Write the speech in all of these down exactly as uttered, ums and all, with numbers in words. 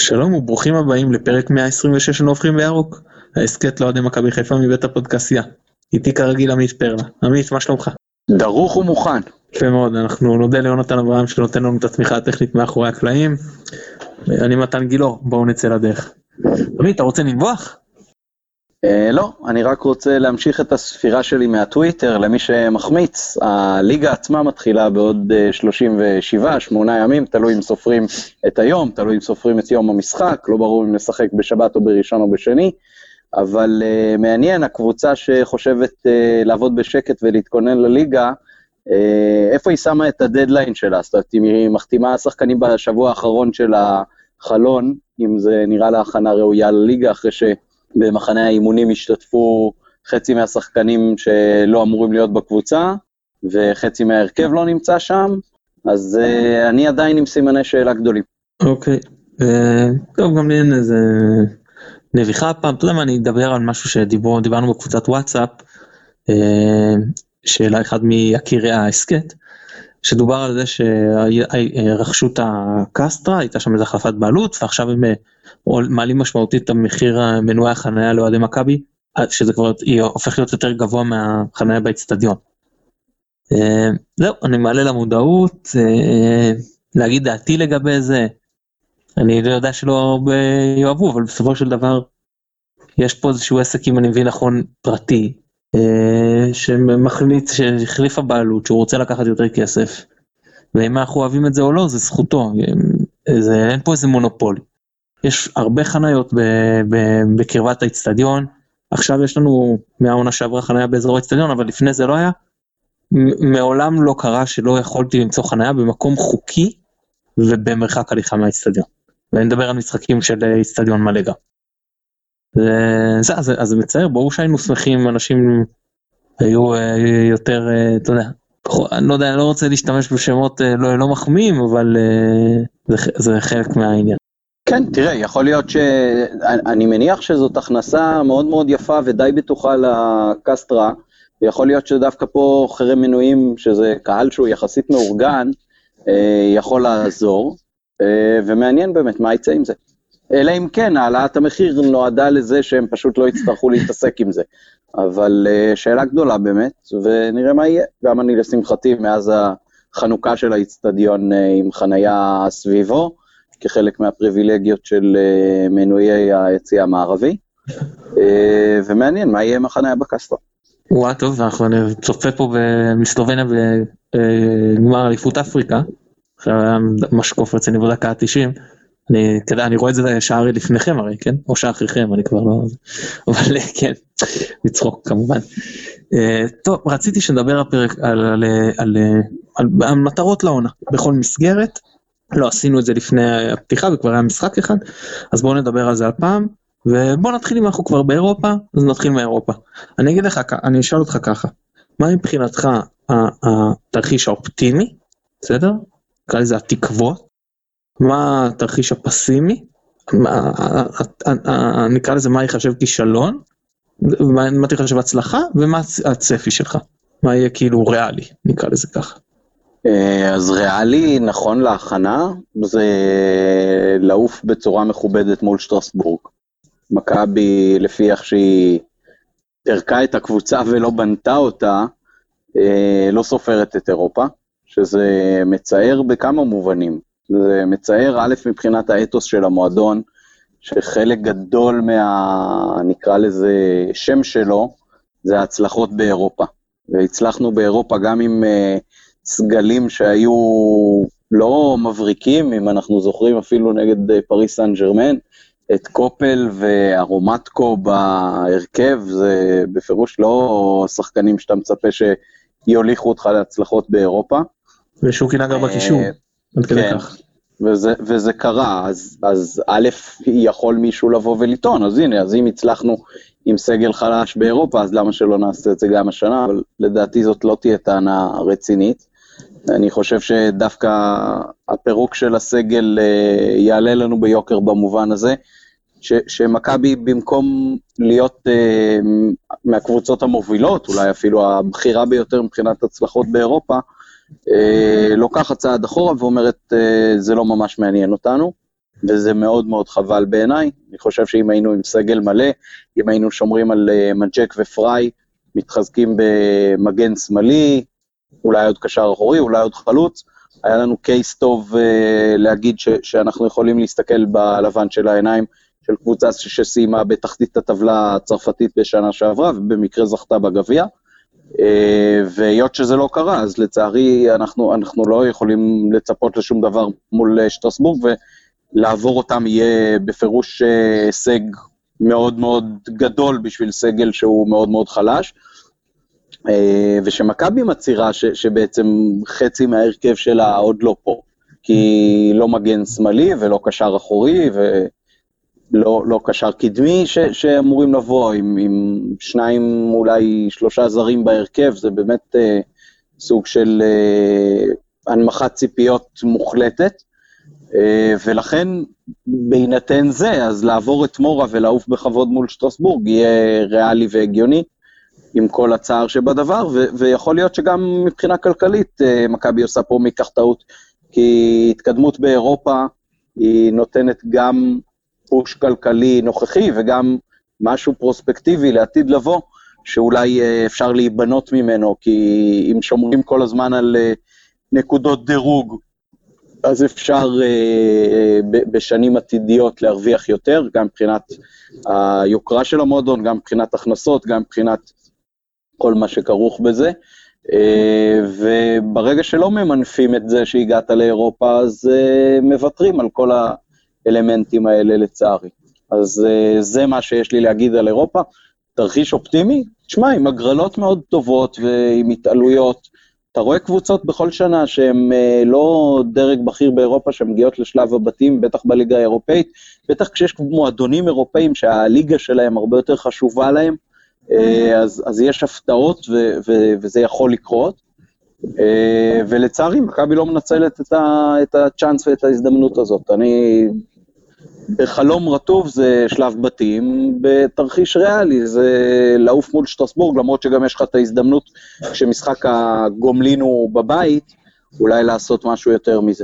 שלום וברוכים הבאים לפרק מאה עשרים ושש של נובחים בירוק, ההסכת לאוהדי מכבי חיפה מבית הפודקאסיה. איתי כרגיל עמית פרלה. עמית, מה שלומך? דרוך ומוכן. יפה מאוד, אנחנו נודה ליונתן אברהם שנותן לנו את התמיכה הטכנית מאחורי הקלעים. אני מתן גילו, בואו נצא לדרך. עמית, אתה רוצה לנבוח? אה, לא, אני רק רוצה להמשיך את הספירה שלי מהטוויטר למי שמחמיץ. הליגה עצמה מתחילה בעוד שלושים ושבעה, שמונה ימים, תלוי אם סופרים את היום, תלוי אם סופרים את יום המשחק, לא ברור אם נשחק בשבת או בראשון או בשני, אבל uh, מעניין, הקבוצה שחושבת uh, לעבוד בשקט ולהתכונן לליגה, uh, איפה היא שמה את הדדליין שלה? זאת אומרת, אם היא מחתימה שחקנים בשבוע האחרון של החלון, אם זה נראה לה הכנה ראויה לליגה, אחרי שבמחנה האימונים השתתפו חצי מהשחקנים שלא אמורים להיות בקבוצה, וחצי מההרכב לא נמצא שם, אז uh, אני עדיין עם סימני שאלה גדולים. אוקיי, okay. uh, טוב, גם לי אין איזה... נביחה פעם, אתה יודע מה, אני אדבר על משהו שדיברנו בקבוצת וואטסאפ, שאלה אחד מיקירי ההסקט, שדובר על זה שרכשו את הקסטרה, הייתה שם איזו החלפת בעלות, ועכשיו הם מעלים משמעותית את המחיר מנועי החניה לאוהדי מכבי, שזה כבר הופך להיות יותר גבוה מהחניה באצטדיון. זהו, אני מעלה למודעות, להגיד דעתי לגבי זה, אני לא יודע שלא הרבה יאהבו, אבל בסופו של דבר, יש פה איזשהו עסק, אם אני מבין נכון, פרטי, שמחליט, שהחליף הבעלות, שהוא רוצה לקחת יותר כסף, ואם אנחנו אוהבים את זה או לא, זה זכותו, זה, אין פה איזה מונופול. יש הרבה חניות בקרבת האצטדיון, עכשיו יש לנו מהעונה שעברה חניה באזור האצטדיון, אבל לפני זה לא היה, מעולם לא קרה שלא יכולתי למצוא חניה במקום חוקי, ובמרחק הליכה מהאצטדיון. ואני מדבר על משחקים של אצטדיון מלא גם. זה, אז, אז זה מצער, ברור שהיינו שמחים, אנשים היו יותר, אתה יודע, אני לא יודע, אני לא רוצה להשתמש בשמות לא, לא מחמיאים, אבל זה, זה חלק מהעניין. כן, תראה, יכול להיות שאני מניח שזאת הכנסה מאוד מאוד יפה ודי בטוחה לקסטרה, ויכול להיות שדווקא פה חרם מנויים, שזה קהל שהוא יחסית מאורגן, יכול לעזור, ומעניין באמת מה יצא עם זה. אלא אם כן, העלאת המחיר נועדה לזה שהם פשוט לא יצטרכו להתעסק עם זה. אבל שאלה גדולה באמת, ונראה מה יהיה. גם אני לשמחתי מאז החנוכה של האצטדיון עם חנייה סביבו, כחלק מהפריבילגיות של מנויי היציאה המערבי, ומעניין מה יהיה עם החנייה בקסטרה. וואה, טוב, אנחנו צופה פה במסלובניה בגמר אליפות אפריקה, עכשיו היה משקוף רציני בדקה ה-תשעים, אני, כדאי, אני רואה את זה שערי לפניכם הרי, כן? או שער אחריכם, אני כבר לא... אבל כן, מצחוק כמובן. טוב, רציתי שנדבר הפרק על, על, על, על, על מטרות לעונה, בכל מסגרת, לא עשינו את זה לפני הפתיחה, וכבר היה משחק אחד, אז בואו נדבר על זה על פעם, ובואו נתחיל אם אנחנו כבר באירופה, אז נתחיל מאירופה. אני אגיד לך, אני אשאל אותך ככה, מה מבחינתך התרחיש האופטימי, בסדר? נקרא לזה התקוות, מה התרחיש הפסימי, נקרא לזה מה יחשב כישלון, מה תחשב הצלחה, ומה הצפי שלך, מה יהיה כאילו ריאלי, נקרא לזה ככה. אז ריאלי, נכון להכנה, זה לעוף בצורה מכובדת מול שטרסבורג. מכבי, לפי איך שהיא תרקה את הקבוצה ולא בנתה אותה, לא סופרת את אירופה, שזה מצער בכמה מובנים. זה מצער א' מבחינת האתוס של המועדון, שחלק גדול מה, נקרא לזה, שם שלו, זה ההצלחות באירופה. והצלחנו באירופה גם עם סגלים שהיו לא מבריקים, אם אנחנו זוכרים אפילו נגד פריס סן ז'רמן, את קופל וארומטקו בהרכב, זה בפירוש לא שחקנים שאתה מצפה שיוליכו אותך להצלחות באירופה. ושוקי נגר בקישור, עד כדי כך. וזה, וזה קרה, אז, אז א', יכול מישהו לבוא ולטעון, אז הנה, אז אם הצלחנו עם סגל חלש באירופה, אז למה שלא נעשה את זה גם השנה, אבל לדעתי זאת לא תהיה טענה רצינית. אני חושב שדווקא הפירוק של הסגל יעלה לנו ביוקר במובן הזה, ש, שמכבי במקום להיות uh, מהקבוצות המובילות, אולי אפילו הבחירה ביותר מבחינת הצלחות באירופה, uh, לוקחת צעד אחורה ואומרת, uh, זה לא ממש מעניין אותנו, וזה מאוד מאוד חבל בעיניי. אני חושב שאם היינו עם סגל מלא, אם היינו שומרים על מג'ק ופריי, מתחזקים במגן שמאלי, אולי עוד קשר אחורי, אולי עוד חלוץ, היה לנו קייס טוב להגיד ש- שאנחנו יכולים להסתכל בלבן של העיניים, של קבוצה שסיימה בתחתית הטבלה הצרפתית בשנה שעברה, ובמקרה זכתה בגביע, והיות שזה לא קרה, אז לצערי אנחנו, אנחנו לא יכולים לצפות לשום דבר מול שטרסבורג, ולעבור אותם יהיה בפירוש הישג מאוד מאוד גדול בשביל סגל שהוא מאוד מאוד חלש, ושמכבי מצהירה ש, שבעצם חצי מההרכב שלה עוד לא פה, כי לא מגן שמאלי ולא קשר אחורי ולא לא קשר קדמי ש, שאמורים לבוא עם, עם שניים אולי שלושה זרים בהרכב, זה באמת אה, סוג של אה, הנמכת ציפיות מוחלטת, אה, ולכן בהינתן זה, אז לעבור את מורה ולעוף בכבוד מול שטרסבורג יהיה ריאלי והגיוני, עם כל הצער שבדבר, ו- ויכול להיות שגם מבחינה כלכלית, מכבי עושה פה מכך טעות, כי התקדמות באירופה היא נותנת גם פוש כלכלי נוכחי, וגם משהו פרוספקטיבי לעתיד לבוא, שאולי אפשר להיבנות ממנו, כי אם שומרים כל הזמן על נקודות דירוג, אז אפשר בשנים עתידיות להרוויח יותר, גם מבחינת היוקרה של המועדון, גם מבחינת הכנסות, גם מבחינת כל מה שכרוך בזה, וברגע שלא ממנפים את זה שהגעת לאירופה, אז מבטרים על כל האלמנטים האלה לצערי. אז זה מה שיש לי להגיד על אירופה. תרחיש אופטימי, תשמע, עם הגרלות מאוד טובות ועם התעלויות, אתה רואה קבוצות בכל שנה שהן לא דרג בכיר באירופה, שהן מגיעות לשלב הבתים, בטח בליגה האירופאית, בטח כשיש מועדונים אירופאים שהליגה שלהם הרבה יותר חשובה להם, אז, אז יש הפתעות ו, ו, וזה יכול לקרות, ולצערי מכבי לא מנצלת את, ה, את הצ'אנס ואת ההזדמנות הזאת. אני בחלום רטוב זה שלב בתים, בתרחיש ריאלי זה לעוף מול שטרסבורג, למרות שגם יש לך את ההזדמנות כשמשחק הגומלין הוא בבית, אולי לעשות משהו יותר מזה.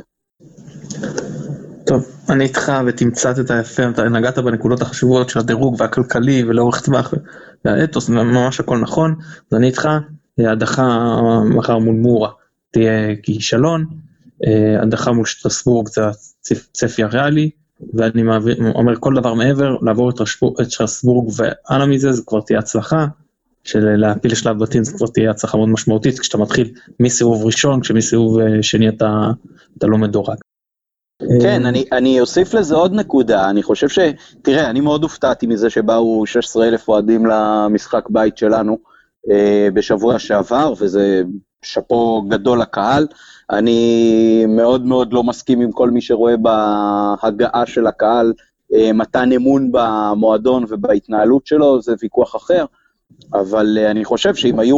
טוב, אני איתך ותמצאת את היפה, אתה נגעת בנקודות החשובות של הדירוג והכלכלי ולאורך טווח והאתוס, ממש הכל נכון, אז אני איתך, הדחה מחר מול מורה תהיה כישלון, הדחה מול שטרסבורג זה צפי הריאלי, ואני אומר כל דבר מעבר, לעבור את שטרסבורג ועלה מזה, זה כבר תהיה הצלחה, של להפיל לשלב בתים זה כבר תהיה הצלחה מאוד משמעותית, כשאתה מתחיל מסיבוב ראשון, כשמסיבוב שני אתה, אתה לא מדורג. כן, אני, אני אוסיף לזה עוד נקודה, אני חושב ש... תראה, אני מאוד הופתעתי מזה שבאו שש עשרה אלף אוהדים למשחק בית שלנו אה, בשבוע שעבר, וזה שפו גדול לקהל. אני מאוד מאוד לא מסכים עם כל מי שרואה בהגעה של הקהל, אה, מתן אמון במועדון ובהתנהלות שלו, זה ויכוח אחר, אבל אה, אני חושב שאם היו...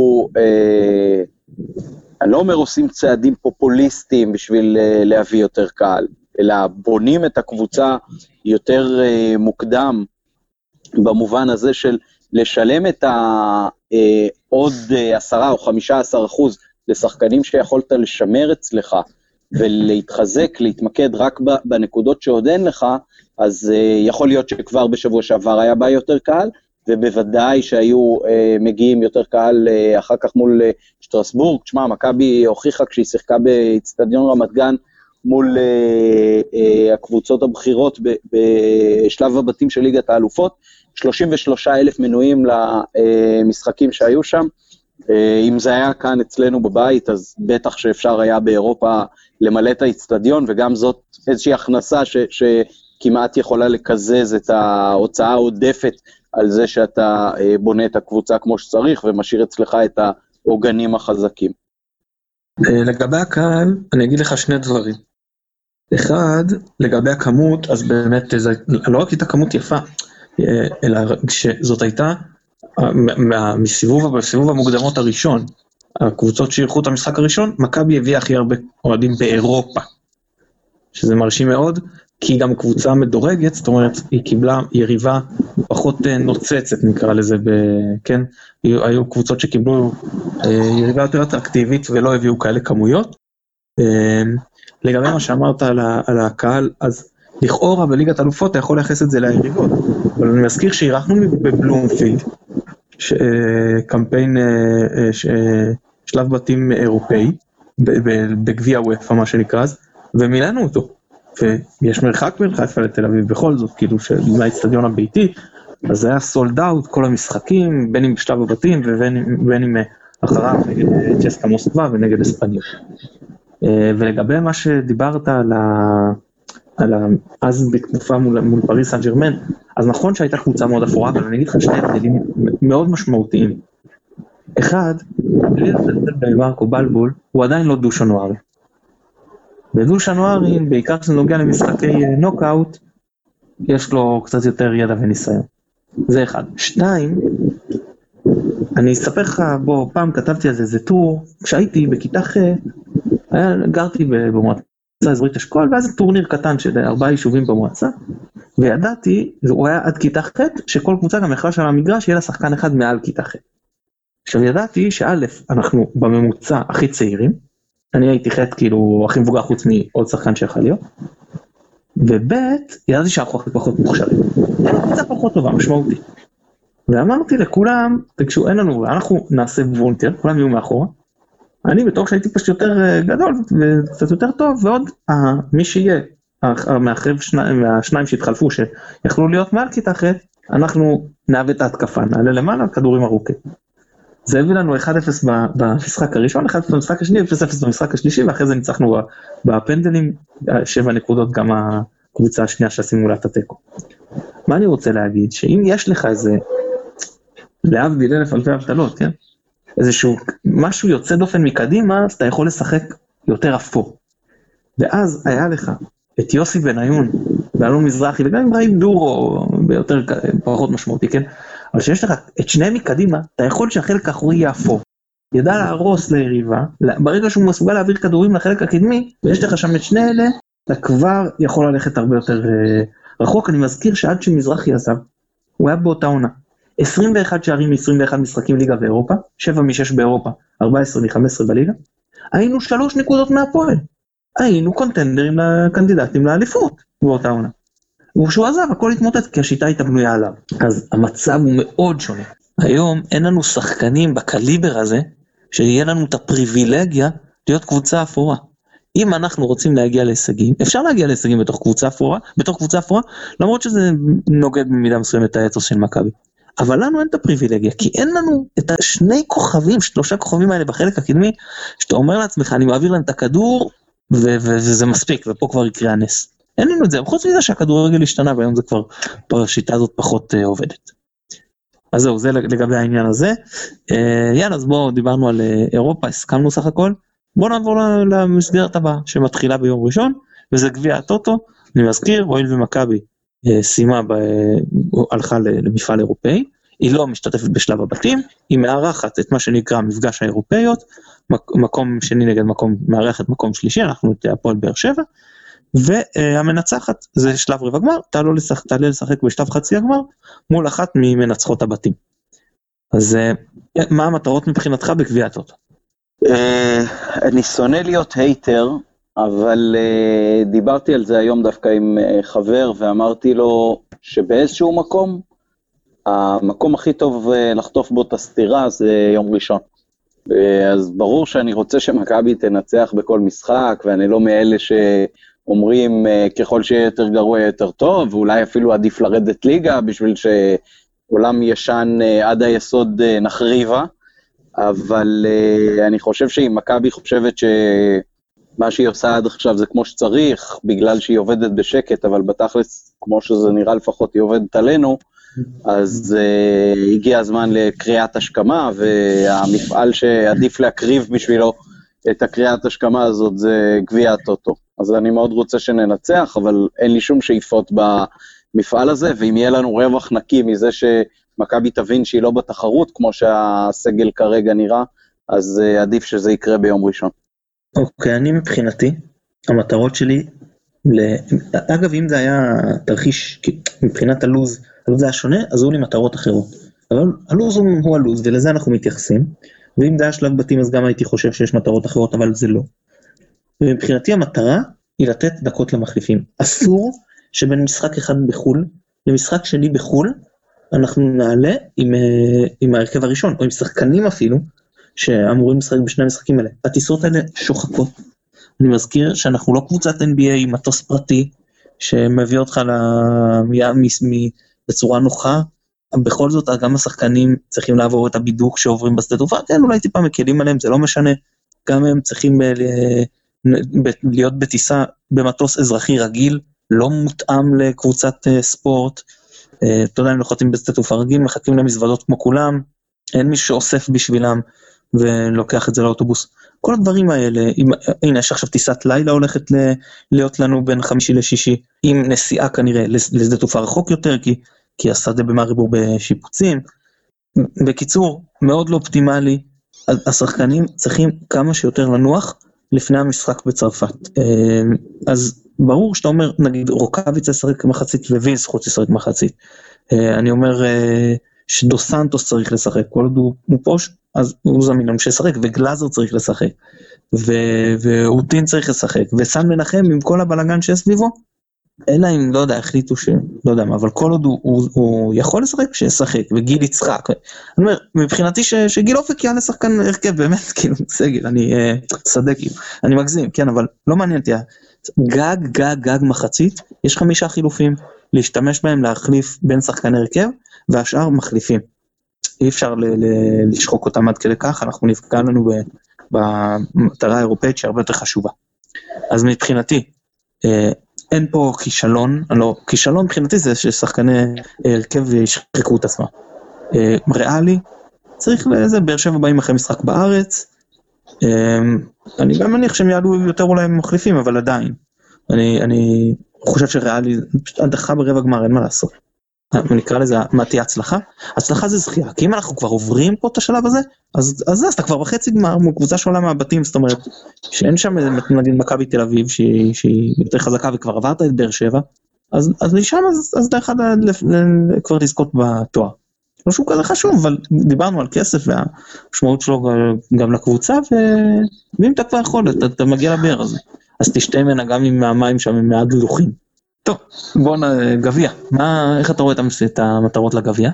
אה, אני לא אומר עושים צעדים פופוליסטיים בשביל להביא יותר קהל, אלא בונים את הקבוצה יותר מוקדם, במובן הזה של לשלם את העוד עשרה או חמישה עשר אחוז לשחקנים שיכולת לשמר אצלך, ולהתחזק, להתמקד רק בנקודות שעוד אין לך, אז יכול להיות שכבר בשבוע שעבר היה בא יותר קהל, ובוודאי שהיו אה, מגיעים יותר קהל אה, אחר כך מול אה, שטרסבורג. תשמע, מכבי הוכיחה כשהיא שיחקה באצטדיון רמת גן מול אה, אה, הקבוצות הבכירות ב, בשלב הבתים של ליגת האלופות, שלושים ושלושה אלף מנויים למשחקים שהיו שם. אה, אם זה היה כאן אצלנו בבית, אז בטח שאפשר היה באירופה למלא את האצטדיון, וגם זאת איזושהי הכנסה ש, שכמעט יכולה לקזז את ההוצאה העודפת, על זה שאתה בונה את הקבוצה כמו שצריך, ומשאיר אצלך את העוגנים החזקים. לגבי הקהל, אני אגיד לך שני דברים. אחד, לגבי הכמות, אז באמת, זה, לא רק הייתה כמות יפה, אלא שזאת הייתה, מסיבוב, בסיבוב המוקדמות הראשון, הקבוצות שאירחו את המשחק הראשון, מכבי הביאה הכי הרבה אוהדים באירופה, שזה מרשים מאוד, כי גם קבוצה מדורגת, זאת אומרת, היא קיבלה יריבה פחות נוצצת, נקרא לזה, ב, כן? היו, היו קבוצות שקיבלו יריבה יותר אטרקטיבית, ולא הביאו כאלה כמויות. לגבי מה שאמרת על, ה, על הקהל, אז לכאורה בליגת אלופות אתה יכול לייחס את זה ליריבות, אבל אני מזכיר שאירחנו בבלומפילד, קמפיין שלב בתים אירופאי, בגביע וופא מה שנקרא, ומילאנו אותו, ויש מרחק בין חיפה לתל אביב בכל זאת, כאילו מהאצטדיון הביתי, אז זה היה סולד אאוט כל המשחקים, בין אם בשלב הבתים ובין אם אחריו נגד צ'סקה מוסקבה ונגד אספניול. ולגבי מה שדיברת על ה... על ה... אז בתקופה מול, מול פריס סן ז'רמן, אז נכון שהייתה קבוצה מאוד אפורה, אבל אני אגיד לך שני הבדלים מאוד משמעותיים. אחד, מרקו בלבול, הוא עדיין לא דוש אנוארי. ודוש אנוארי, בעיקר כשזה נוגע למשחקי נוקאוט, יש לו קצת יותר ידע וניסיון. זה אחד. שתיים, אני אספר לך, בוא, פעם כתבתי על זה, זה טור, כשהייתי בכיתה ח', היה, גרתי במועצה אזורית אשכול, ואז זה טורניר קטן של ארבעה יישובים במועצה, וידעתי, הוא היה עד כיתה ח', שכל קבוצה גם יכלה שם המגרש, יהיה לה שחקן אחד מעל כיתה ח'. עכשיו ידעתי שא', אנחנו בממוצע הכי צעירים, אני הייתי ח' כאילו הכי מבוגר חוץ מעוד שחקן שיכול להיות, וב' ידעתי שאנחנו הכי פחות מוכשרים. אין קבוצה פחות טובה, משמעותית. ואמרתי לכולם, תקשו, אין לנו, אנחנו נעשה וולנטר, כולם יהיו מאחורה, אני בתור שהייתי פשוט יותר גדול וקצת יותר טוב, ועוד מי שיהיה, מהשניים שהתחלפו שיכלו להיות מעל כיתה אחת, אנחנו נעווה את ההתקפה, נעלה למעלה, כדורים ארוכים. זה הביא לנו אחד אפס במשחק הראשון, אחד אפס במשחק השני, אפס אפס במשחק השלישי, ואחרי זה ניצחנו בפנדלים, שבע נקודות גם הקבוצה השנייה שעשינו לה את הטקו. מה אני רוצה להגיד? שאם יש לך איזה, להבדיל אלף אלפי הבטלות, כן? איזשהו משהו יוצא דופן מקדימה, אז אתה יכול לשחק יותר אפור. ואז היה לך את יוסי בניון, ואלון מזרחי, וגם עם רעים דורו, ביותר פחות משמעותי, כן? אבל שיש לך את שניהם מקדימה, אתה יכול שהחלק האחורי יהיה אפור. ידע להרוס ליריבה, ברגע שהוא מסוגל להעביר כדורים לחלק הקדמי, ויש לך שם את שני אלה, אתה כבר יכול ללכת הרבה יותר רחוק. אני מזכיר שעד שמזרחי עזב, הוא היה באותה עונה. עשרים ואחד שערים מ-עשרים ואחד משחקים ליגה באירופה, שבע משש באירופה, ארבע עשרה מחמש עשרה בליגה, היינו שלוש נקודות מהפועל. היינו קונטנדרים לקנדידטים לאליפות באותה עונה. וכשהוא עזב, הכל התמוטט, כי השיטה הייתה בנויה עליו. אז המצב הוא מאוד שונה. היום אין לנו שחקנים בקליבר הזה, שיהיה לנו את הפריבילגיה להיות קבוצה אפורה. אם אנחנו רוצים להגיע להישגים, אפשר להגיע להישגים בתוך קבוצה אפורה, בתוך קבוצה אפורה, למרות שזה נוגד במידה מסוימת את האתוס של מכבי. אבל לנו אין את הפריבילגיה, כי אין לנו את השני כוכבים, שלושה כוכבים האלה בחלק הקדמי, שאתה אומר לעצמך, אני מעביר להם את הכדור, ו- ו- וזה מספיק, ופה כבר יקרה הנס. אין לנו את זה, חוץ מזה שהכדורגל השתנה, והיום זה כבר, השיטה הזאת פחות uh, עובדת. אז זהו, זה לגבי העניין הזה. Uh, יאללה, אז בואו, דיברנו על uh, אירופה, הסכמנו סך הכל, בואו נעבור למסגרת הבאה, שמתחילה ביום ראשון, וזה גביע הטוטו. אני מזכיר, הואיל ומכבי uh, סיימה, ב- uh, הלכה למפעל אירופאי, היא לא משתתפת בשלב הבתים, היא מארחת את מה שנקרא מפגש האירופאיות, מקום שני נגד מקום, מארחת מקום שלישי, אנחנו את הפועל באר שבע, והמנצחת, זה שלב רבע גמר, תעלה לשחק, תעלה לשחק בשלב חצי הגמר, מול אחת ממנצחות הבתים. אז מה המטרות מבחינתך בגביע הטוטו? אני שונא להיות הייטר, אבל דיברתי על זה היום דווקא עם חבר, ואמרתי לו שבאיזשהו מקום, המקום הכי טוב לחטוף בו את הסתירה זה יום ראשון. אז ברור שאני רוצה שמכבי תנצח בכל משחק, ואני לא מאלה שאומרים ככל שיהיה יותר גרוע יותר טוב, ואולי אפילו עדיף לרדת ליגה, בשביל שעולם ישן עד היסוד נחריבה, אבל אני חושב שאם מכבי חושבת שמה שהיא עושה עד עכשיו זה כמו שצריך, בגלל שהיא עובדת בשקט, אבל בתכלס, כמו שזה נראה לפחות, היא עובדת עלינו, אז uh, הגיע הזמן לקריאת השכמה, והמפעל שעדיף להקריב בשבילו את הקריאת השכמה הזאת זה גביע הטוטו. אז אני מאוד רוצה שננצח, אבל אין לי שום שאיפות במפעל הזה, ואם יהיה לנו רווח נקי מזה שמכבי תבין שהיא לא בתחרות, כמו שהסגל כרגע נראה, אז uh, עדיף שזה יקרה ביום ראשון. אוקיי, okay, אני מבחינתי, המטרות שלי, ל... אגב אם זה היה תרחיש מבחינת הלוז, אבל זה היה שונה, אז היו לי מטרות אחרות. אבל הלוז הוא, הוא הלוז, ולזה אנחנו מתייחסים, ואם זה היה שלב בתים, אז גם הייתי חושב שיש מטרות אחרות, אבל זה לא. ומבחינתי המטרה היא לתת דקות למחליפים. אסור שבין משחק אחד בחול, למשחק שני בחול, אנחנו נעלה עם, עם ההרכב הראשון, או עם שחקנים אפילו, שאמורים לשחק בשני המשחקים האלה. הטיסות האלה שוחקות. אני מזכיר שאנחנו לא קבוצת אן בי איי עם מטוס פרטי, שמביא אותך בצורה נוחה, בכל זאת גם השחקנים צריכים לעבור את הבידוק שעוברים בשדה תעופה, כן אולי טיפה מקלים עליהם, זה לא משנה, גם הם צריכים להיות בטיסה במטוס אזרחי רגיל, לא מותאם לקבוצת ספורט, אתה יודע, הם נוחתים בשדה תעופה רגיל, מחכים למזוודות כמו כולם, אין מי שאוסף בשבילם, ולוקח את זה לאוטובוס. כל הדברים האלה, הנה יש עכשיו טיסת לילה הולכת להיות לנו בין חמישי לשישי, עם נסיעה כנראה לשדה תעופה רחוק יותר, כי, כי השדה במריבור בשיפוצים. בקיצור, מאוד לא אופטימלי, השחקנים צריכים כמה שיותר לנוח לפני המשחק בצרפת. אז ברור שאתה אומר, נגיד רוקאביץ ישחק מחצית ווילס חוץ ישחק מחצית. אני אומר שדו סנטוס צריך לשחק, כל עוד הוא מופוש, אז הוא זמין לנו שישחק, וגלאזר צריך לשחק, ואוטין צריך לשחק, וסן מנחם עם כל הבלגן שיש סביבו, אלא אם, לא יודע, החליטו ש... לא יודע מה, אבל כל עוד הוא, הוא, הוא יכול לשחק, שישחק, וגיל יצחק. אני אומר, מבחינתי ש, שגיל אופק יעלה לשחקן הרכב, באמת, כאילו, סגל, אני אה, שדה, כאילו, אני מגזים, כן, אבל לא מעניין אותי, גג, גג, גג מחצית, יש חמישה חילופים, להשתמש בהם, להחליף בין שחקן הרכב, והשאר מחליפים. אי אפשר ל- ל- לשחוק אותם עד כדי כך, אנחנו נפגע לנו במטרה האירופאית שהיא הרבה יותר חשובה. אז מבחינתי, אה, אין פה כישלון, לא, כישלון מבחינתי זה ששחקני הרכב ישחקו את עצמם. אה, ריאלי, צריך לזה, באר שבע באים אחרי משחק בארץ, אה, אני גם מניח שהם יעלו יותר אולי מחליפים, אבל עדיין. אני, אני חושב שריאלי, פשוט הדחה ברבע גמר, אין מה לעשות. נקרא לזה, מה תהיה הצלחה? הצלחה זה זכייה, כי אם אנחנו כבר עוברים פה את השלב הזה, אז, אז, אז אתה כבר בחצי גמר, קבוצה שעולה מהבתים, זאת אומרת, שאין שם, נגיד מכבי תל אביב, שהיא, שהיא יותר חזקה וכבר עברת את באר שבע, אז, אז משם, אז, אז דרך אחד כבר לזכות בתואר. לא שהוא כזה חשוב, אבל דיברנו על כסף, והמשמעות שלו גם לקבוצה, ו... ואם אתה כבר יכול, אתה, אתה מגיע לבאר הזה. אז תשתה ממנה גם עם המים שם, עם מעט דלוחים. טוב, בואו נגביע, מה, איך אתה רואה את המטרות לגביע?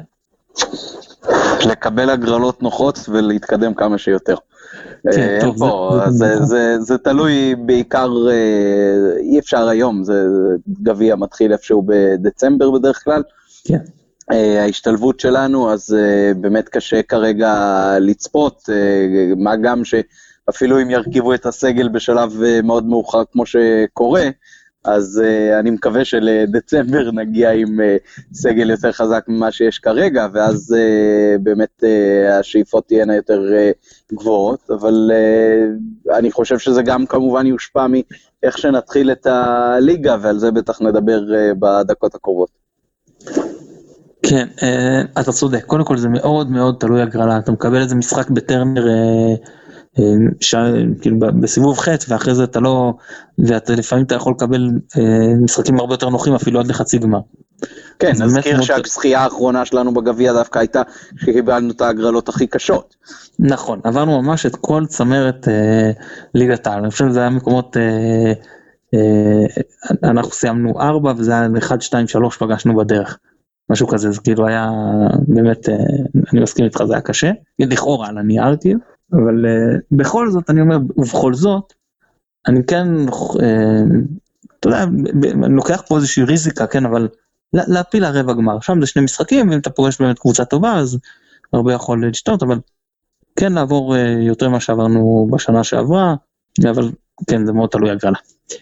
לקבל הגרלות נוחות ולהתקדם כמה שיותר. כן, טוב, פה, זה, זה, זה, זה, זה תלוי בעיקר, אי אפשר היום, זה גביע מתחיל איפשהו בדצמבר בדרך כלל. כן. ההשתלבות שלנו, אז באמת קשה כרגע לצפות, מה גם שאפילו אם ירכיבו את הסגל בשלב מאוד מאוחר כמו שקורה, אז uh, אני מקווה שלדצמבר נגיע עם uh, סגל יותר חזק ממה שיש כרגע, ואז uh, באמת uh, השאיפות תהיינה יותר uh, גבוהות, אבל uh, אני חושב שזה גם כמובן יושפע מאיך שנתחיל את הליגה, ועל זה בטח נדבר uh, בדקות הקרובות. כן, uh, אתה צודק, קודם כל זה מאוד מאוד תלוי הגרלה, אתה מקבל איזה משחק בטרנר, uh... ש... כאילו בסיבוב חץ, ואחרי זה אתה לא, ואתה לפעמים אתה יכול לקבל אה, משחקים הרבה יותר נוחים, אפילו עד לחצי גמר. כן, נזכיר שהזכייה האחרונה שלנו בגביע דווקא הייתה, שקיבלנו את ההגרלות הכי קשות. נכון, עברנו ממש את כל צמרת אה, ליגת העל, אני חושב שזה היה מקומות, אה, אה, אנחנו סיימנו ארבע, וזה היה אחד, שתיים, שלוש, פגשנו בדרך. משהו כזה, זה כאילו היה, באמת, אה, אני מסכים איתך, זה היה קשה, לכאורה על הנייר כאילו, אבל uh, בכל זאת, אני אומר, ובכל זאת, אני כן, uh, אתה יודע, אני לוקח פה איזושהי ריזיקה, כן, אבל להפיל הרבע גמר, שם זה שני משחקים, ואם אתה פוגש באמת קבוצה טובה, אז הרבה יכול לשתות, אבל כן לעבור uh, יותר מה שעברנו בשנה שעברה, אבל כן, זה מאוד תלוי הגרלה.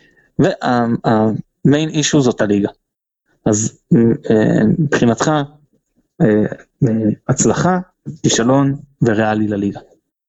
והמיין אישו זאת הליגה. אז uh, מבחינתך, uh, uh, הצלחה, כישלון וריאלי לליגה.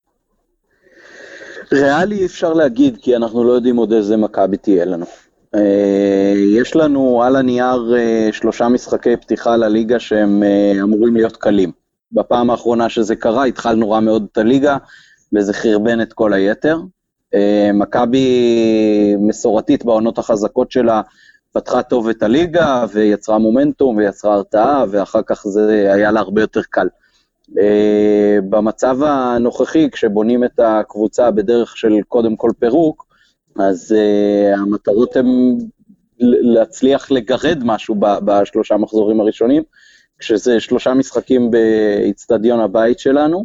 ריאלי אפשר להגיד, כי אנחנו לא יודעים עוד איזה מכבי תהיה לנו. יש לנו על הנייר שלושה משחקי פתיחה לליגה שהם אמורים להיות קלים. בפעם האחרונה שזה קרה, התחלנו רע מאוד את הליגה, וזה חרבן את כל היתר. מכבי מסורתית בעונות החזקות שלה, פתחה טוב את הליגה, ויצרה מומנטום, ויצרה הרתעה, ואחר כך זה היה לה הרבה יותר קל. Uh, במצב הנוכחי, כשבונים את הקבוצה בדרך של קודם כל פירוק, אז uh, המטרות הן להצליח לגרד משהו בשלושה מחזורים הראשונים, כשזה שלושה משחקים באצטדיון הבית שלנו,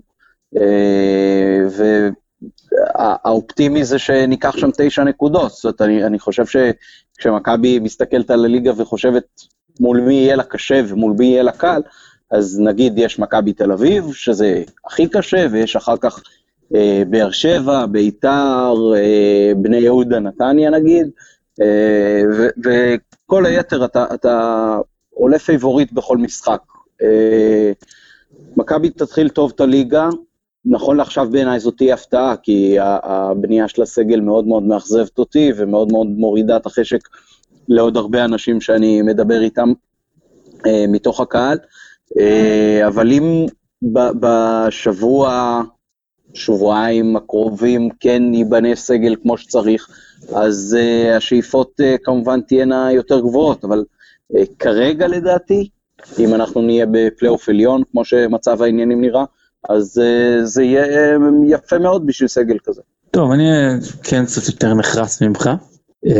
והאופטימי זה שניקח שם תשע נקודות, זאת אומרת, אני, אני חושב שכשמכבי מסתכלת על הליגה וחושבת מול מי יהיה לה קשה ומול מי יהיה לה קל, אז נגיד יש מכבי תל אביב, שזה הכי קשה, ויש אחר כך אה, באר שבע, ביתר, אה, בני יהודה, נתניה נגיד, אה, ו, וכל היתר אתה, אתה עולה פייבוריט בכל משחק. אה, מכבי תתחיל טוב את הליגה, נכון לעכשיו בעיניי זאת תהיה הפתעה, כי הבנייה של הסגל מאוד מאוד מאכזבת אותי, ומאוד מאוד מורידה את החשק לעוד הרבה אנשים שאני מדבר איתם אה, מתוך הקהל, אה, אבל אם בשבוע, שבועיים הקרובים כן ייבנה סגל כמו שצריך, אז אה, השאיפות אה, כמובן תהיינה יותר גבוהות, אבל אה, כרגע לדעתי, אם אנחנו נהיה בפלייאוף עליון, כמו שמצב העניינים נראה, אז uh, זה יהיה יפה מאוד בשביל סגל כזה. טוב, אני כן קצת יותר נחרץ ממך. Uh,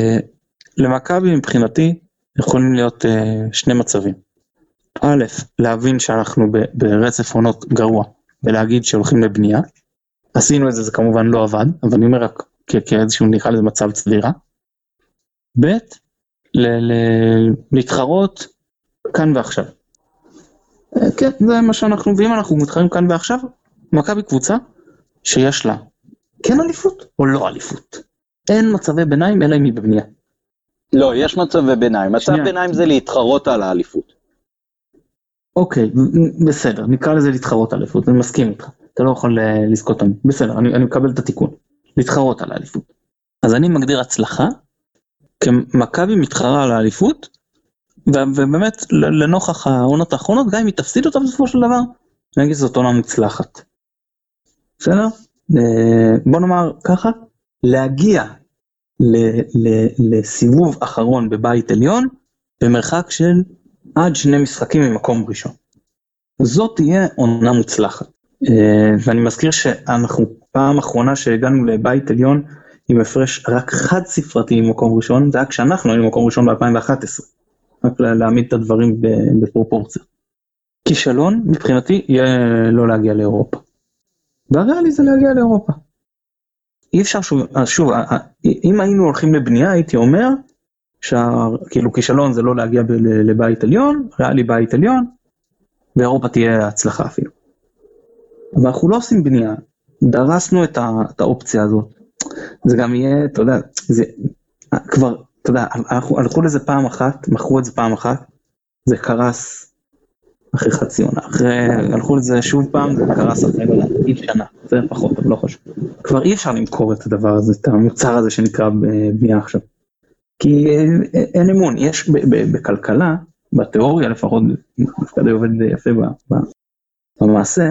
למכבי מבחינתי יכולים להיות uh, שני מצבים. א', להבין שאנחנו ב- ברצף עונות גרוע, ולהגיד שהולכים לבנייה. עשינו את זה, זה כמובן לא עבד, אבל אני אומר רק כ- כאיזשהו נקרא לזה מצב צבירה. ב', ל- ל- להתחרות כאן ועכשיו. כן, זה מה שאנחנו, ואם אנחנו מתחרים כאן ועכשיו, מכבי קבוצה שיש לה כן אליפות או לא אליפות. אין מצבי ביניים אלא אם היא בבנייה. לא, יש מצבי ביניים. מצב ביניים זה להתחרות על האליפות. אוקיי, בסדר, נקרא לזה להתחרות על האליפות, אני מסכים איתך. אתה לא יכול לזכות אותם. בסדר, אני, אני מקבל את התיקון. להתחרות על האליפות. אז אני מגדיר הצלחה, כמכבי מתחרה על האליפות, ובאמת לנוכח העונות האחרונות, גם אם היא תפסיד אותה בסופו של דבר, אני אגיד זאת עונה מוצלחת. בסדר? בוא נאמר ככה, להגיע לסיבוב אחרון בבית עליון, במרחק של עד שני משחקים ממקום ראשון. זאת תהיה עונה מוצלחת. ואני מזכיר שאנחנו פעם אחרונה שהגענו לבית עליון, עם הפרש רק חד ספרתי ממקום ראשון, זה היה כשאנחנו היינו במקום ראשון ב-אלפיים ואחת עשרה. רק להעמיד את הדברים בפרופורציה. כישלון מבחינתי יהיה לא להגיע לאירופה. והריאלי זה להגיע לאירופה. אי אפשר שוב, שוב, אם היינו הולכים לבנייה הייתי אומר, כאילו כישלון זה לא להגיע לבית עליון, ריאלי בית עליון, ואירופה תהיה הצלחה אפילו. אבל אנחנו לא עושים בנייה, דרסנו את, ה, את האופציה הזאת. זה גם יהיה, אתה יודע, זה כבר, אתה יודע, הלכו לזה פעם אחת, מכרו את זה פעם אחת, זה קרס אחרי חצי עונה, אחרי, הלכו לזה שוב פעם, זה קרס אחרי אי שנה, זה פחות, אבל לא חשוב. כבר אי אפשר למכור את הדבר הזה, את המוצר הזה שנקרא בנייה עכשיו. כי אין אמון, יש בכלכלה, בתיאוריה לפחות, מפקדה עובד יפה במעשה,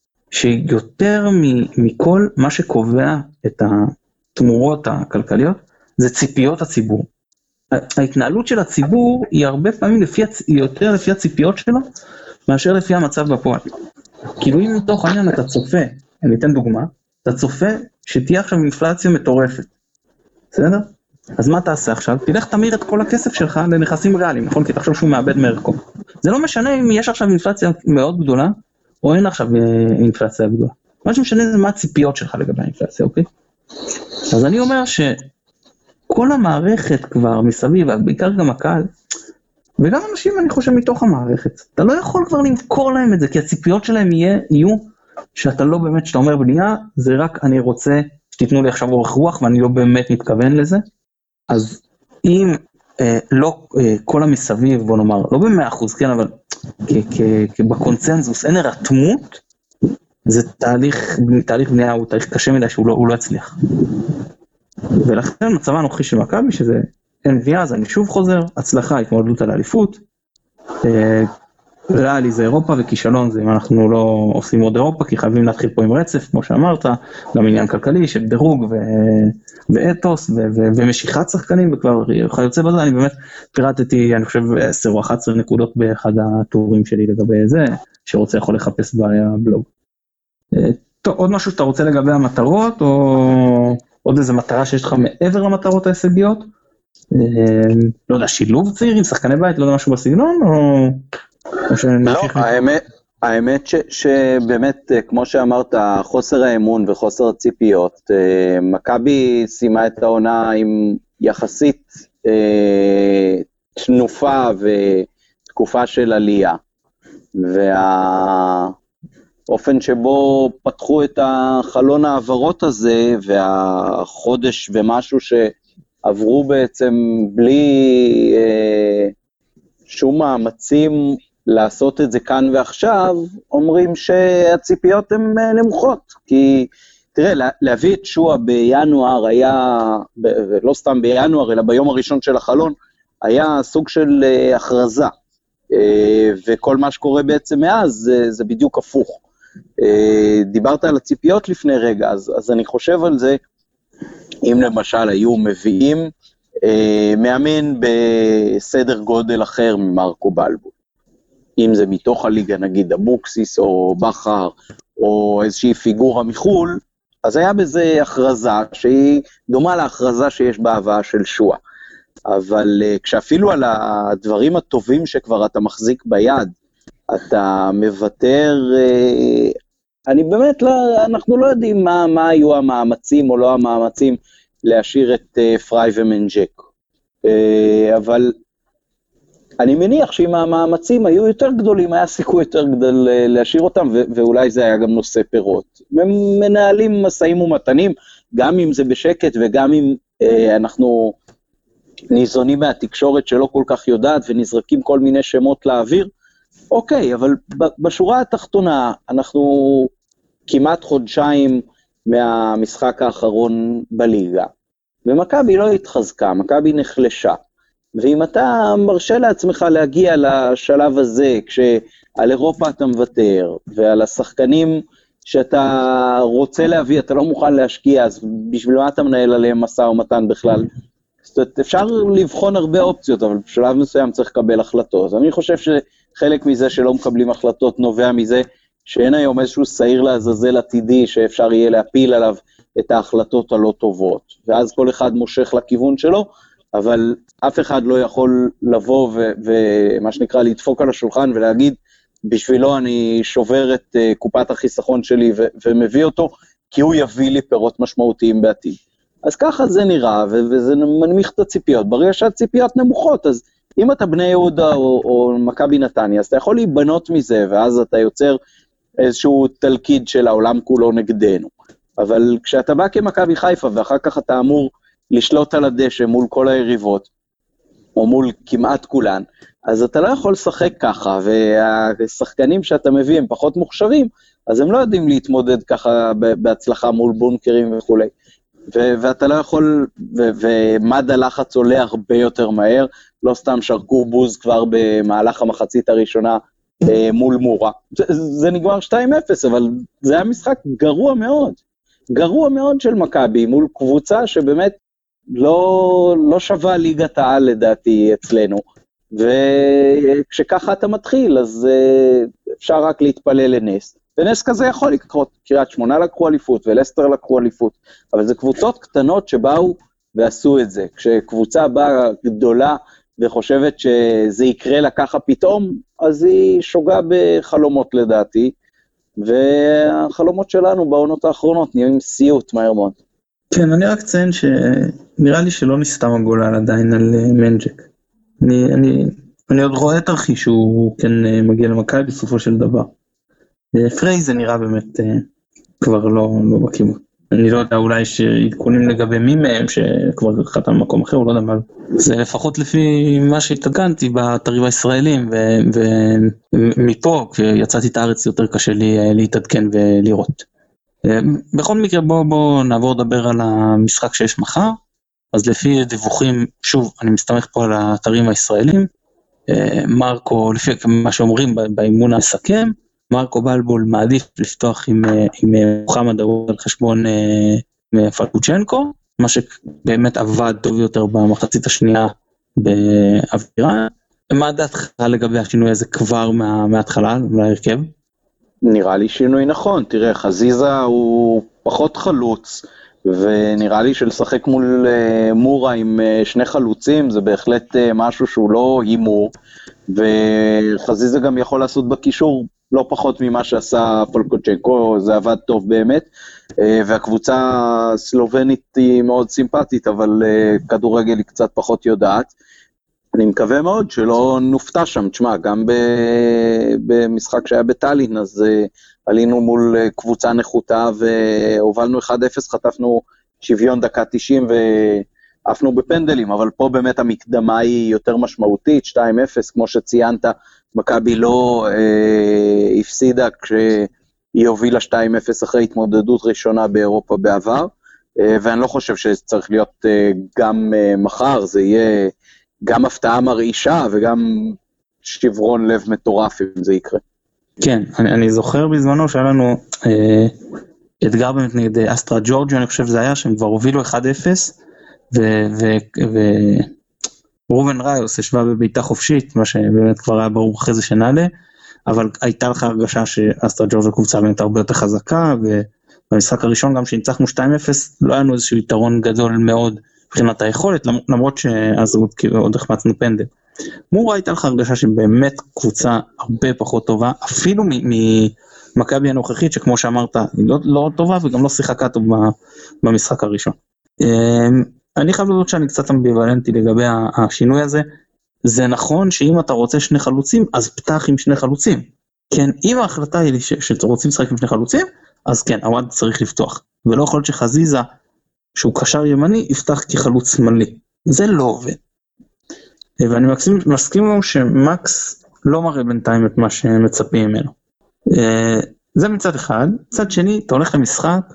שיותר מכל מה שקובע את התמורות הכלכליות, זה ציפיות הציבור. ההתנהלות של הציבור היא הרבה פעמים לפי, יותר לפי הציפיות שלו, מאשר לפי המצב בפועל. כאילו אם מתוך העניין אתה צופה, אני אתן דוגמה, אתה צופה שתהיה עכשיו אינפלציה מטורפת, בסדר? אז מה תעשה עכשיו? תלך תמיר את כל הכסף שלך לנכסים ריאליים, נכון? כי תחשוב שהוא מאבד מערכו. זה לא משנה אם יש עכשיו אינפלציה מאוד גדולה, או אין עכשיו אינפלציה גדולה. מה שמשנה זה מה הציפיות שלך לגבי האינפלציה, אוקיי? אז אני אומר שכל המערכת כבר מסביב, בעיקר גם הקהל, וגם אנשים אני חושב מתוך המערכת, אתה לא יכול כבר למכור להם את זה, כי הציפיות שלהם יהיה, יהיו, שאתה לא באמת, שאתה אומר בנייה, זה רק אני רוצה שתיתנו לי עכשיו אורך רוח, ואני לא באמת מתכוון לזה, אז אם אה, לא אה, כל המסביב, בוא נאמר, לא במאה אחוז, כן, אבל בקונצנזוס אין הרתמות, זה תהליך, תהליך בנייה הוא תהליך קשה מדי שהוא לא, הוא לא הצליח. ולכן מצבה הנוכחי של מכבי, שזה אין ויה, אז אני שוב חוזר, הצלחה, התמודדות על האליפות, אה, ריאלי זה אירופה וכישלון זה אם אנחנו לא עושים עוד אירופה, כי חייבים להתחיל פה עם רצף, כמו שאמרת, גם עניין כלכלי של דירוג ו... ואתוס ו... ו... ומשיכת שחקנים, וכבר יוצא בזה, אני באמת פירטתי, אני חושב, עשר או אחת עשרה נקודות באחד הטורים שלי לגבי זה, שרוצה יכול לחפש בבלוג. טוב, עוד משהו שאתה רוצה לגבי המטרות, או עוד איזו מטרה שיש לך מעבר למטרות ההישגיות, לא יודע, שילוב צעירים, שחקני בית, לא יודע משהו בסגנון, או שנמשיך? לא, האמת, האמת ש, שבאמת, כמו שאמרת, חוסר האמון וחוסר הציפיות, מכבי סיימה את העונה עם יחסית תנופה ותקופה של עלייה, והאופן שבו פתחו את החלון העברות הזה, והחודש ומשהו שעברו בעצם בלי שום מאמצים לעשות את זה כאן ועכשיו, אומרים שהציפיות הן נמוכות, כי תראה, להביא את שואה בינואר היה, לא סתם בינואר, אלא ביום הראשון של החלון, היה סוג של הכרזה, וכל מה שקורה בעצם מאז, זה, זה בדיוק הפוך. דיברת על הציפיות לפני רגע, אז, אז אני חושב על זה, אם למשל היו מביאים מאמן בסדר גודל אחר ממרקו בלבול, אם זה מתוך הליגה, נגיד אבוקסיס או בחר, או איזושהי פיגורה מחול, אז היה בזה הכרזה שהיא דומה להכרזה שיש בהבאה של שואה. אבל כשאפילו על הדברים הטובים שכבר אתה מחזיק ביד, אתה מוותר, אני באמת לא, אנחנו לא יודעים מה, מה היו המאמצים או לא המאמצים להשאיר את פריי ומנג'ק. אבל אני מניח שאם המאמצים היו יותר גדולים, היה סיכוי יותר גדול להשאיר אותם, ואולי זה היה גם נושא פירות. הם מנהלים מסעים ומתנים, גם אם זה בשקט וגם אם אנחנו ניזונים מהתקשורת שלא כל כך יודעת, ונזרקים כל מיני שמות לאוויר, אוקיי, אבל בשורה התחתונה, אנחנו כמעט חודשיים מהמשחק האחרון בליגה, ומכבי לא התחזקה, מכבי נחלשה, ואם אתה מרשה לעצמך להגיע לשלב הזה, כשעל אירופה אתה מוותר, ועל השחקנים שאתה רוצה להביא, אתה לא מוכן להשקיע, אז בשביל מה אתה מנהל עליהם מסע ומתן בכלל? זאת אומרת, אפשר לבחון הרבה אופציות, אבל בשלב מסוים צריך לקבל החלטות. אני חושב שחלק מזה שלא מקבלים החלטות נובע מזה, שאין היום איזשהו שעיר לעזאזל עתידי, שאפשר יהיה להפיל עליו את ההחלטות הלא טובות, ואז כל אחד מושך לכיוון שלו, אבל אף אחד לא יכול לבוא ומה שנקרא לדפוק על השולחן ולהגיד, בשבילו אני שובר את uh, קופת החיסכון שלי ו- ומביא אותו, כי הוא יביא לי פירות משמעותיים בעתיד. אז ככה זה נראה, ו- וזה מנמיך את הציפיות. ברגע שהציפיות נמוכות, אז אם אתה בני יהודה או, או מכבי נתניה, אז אתה יכול להיבנות מזה, ואז אתה יוצר איזשהו תלכיד של העולם כולו נגדנו. אבל כשאתה בא כמכבי חיפה, ואחר כך אתה אמור לשלוט על הדשא מול כל היריבות, או מול כמעט כולן, אז אתה לא יכול לשחק ככה, והשחקנים שאתה מביא הם פחות מוכשרים, אז הם לא יודעים להתמודד ככה בהצלחה מול בונקרים וכו'. ואתה לא יכול, ומד הלחץ עולה הרבה יותר מהר, לא סתם שרקו בוז כבר במהלך המחצית הראשונה מול מורה. זה, זה נגמר שתיים אפס, אבל זה היה משחק גרוע מאוד, גרוע מאוד של מכבי, מול קבוצה שבאמת לא, לא שווה ליגת העל לדעתי אצלנו, וכשככה אתה מתחיל, אז אפשר רק להתפלל לנס, ונס כזה יכול לקרות, קריית שמונה לקחו אליפות, ולסטר לקחו אליפות, אבל זה קבוצות קטנות שבאו ועשו את זה, כשקבוצה באה גדולה, וחושבת שזה יקרה לה ככה פתאום, אז היא שוגה בחלומות לדעתי, והחלומות שלנו בעונות האחרונות נהיים סיוט מהר מאוד. כן, אני רק ציין שנראה לי שלא נסתם הגולל עדיין על מנג'ק. אני, אני, אני עוד רואה תרחיש שהוא כן מגיע למכבי בסופו של דבר. פריי זה נראה באמת כבר לא, לא בכיוון. אני לא יודע, אולי יש עדכונים לגבי מי מהם שכבר חתם במקום אחר, הוא לא יודע מה. זה לפחות לפי מה שהתעדכנתי בתרים הישראלים, ומפה, כשיצאתי את הארץ יותר קשה לי להתעדכן ולראות. בכל מקרה בוא, בוא נעבור לדבר על המשחק שיש מחר. אז לפי דיווחים, שוב, אני מסתמך פה על התרים הישראלים, מרקו, לפי מה שאומרים באימון המסכם, מרקו בלבול מעדיף לפתוח עם, עם מוחמד אבו על חשבון פלקוצ'נקו, מה שבאמת עבד טוב יותר במחצית השנייה באווירה. מה דעתך לגבי השינוי הזה כבר מה, מההתחלה, להרכב? נראה לי שינוי נכון, תראה, חזיזה הוא פחות חלוץ, ונראה לי שלשחק מול מורה עם שני חלוצים, זה בהחלט משהו שהוא לא הימור, וחזיזה גם יכול לעשות בקישור לא פחות ממה שעשה פולקוצ'נקו, זה עבד טוב באמת, והקבוצה הסלובנית היא מאוד סימפטית, אבל כדורגל היא קצת פחות יודעת. אני מקווה מאוד שלא נופתע שם, תשמע, גם במשחק שהיה בטלין, אז עלינו מול קבוצה נחותה והובלנו אחד אפס, חטפנו שוויון דקה תשעים ועפנו בפנדלים, אבל פה באמת המקדמה היא יותר משמעותית, שתיים אפס, כמו שציינת, מכבי לא אה, הפסידה כשהיא הובילה שתיים אפס אחרי התמודדות ראשונה באירופה בעבר, אה, ואני לא חושב שזה צריך להיות אה, גם אה, מחר, זה יהיה גם הפתעה מרעישה וגם שברון לב מטורף אם זה יקרה. כן, אני, אני זוכר בזמנו שהיה לנו אה, אתגר באמת נגד אסטרה ג'ורג'ו, אני חושב שזה היה שהם כבר הובילו אחד אפס, ורובן ריוס השווה בביתה חופשית, מה שבאמת כבר היה ברור אחרי זה שנעלה, אבל הייתה לך הרגשה שאסטרה ג'ורג'ו קבוצה באמת הרבה יותר חזקה, ובמשחק הראשון גם שניצחנו שתיים אפס, לא היה לנו איזשהו יתרון גדול מאוד מבחינת היכולת, למרות שאז עוד החמצנו פנדל. מורה הייתה לך הרגשה שבאמת קבוצה הרבה פחות טובה, אפילו ממכבי הנוכחית, שכמו שאמרת, היא לא, לא טובה וגם לא שיחקה טוב במשחק הראשון. אני חייב לדעת שאני קצת אמביוולנטי לגבי השינוי הזה, זה נכון שאם אתה רוצה שני חלוצים, אז פתח עם שני חלוצים. כן, אם ההחלטה היא שרוצים לשחק עם שני חלוצים, אז כן, הוואד צריך לפתוח. ולא יכול להיות שחזיזה, שהוא קשר ימני, יפתח כחלוץ שמאלי. זה לא עובד. ואני מסכים, מסכים לו שמקס לא מראה בינתיים את מה שמצפים ממנו. זה מצד אחד. מצד שני, אתה הולך למשחק,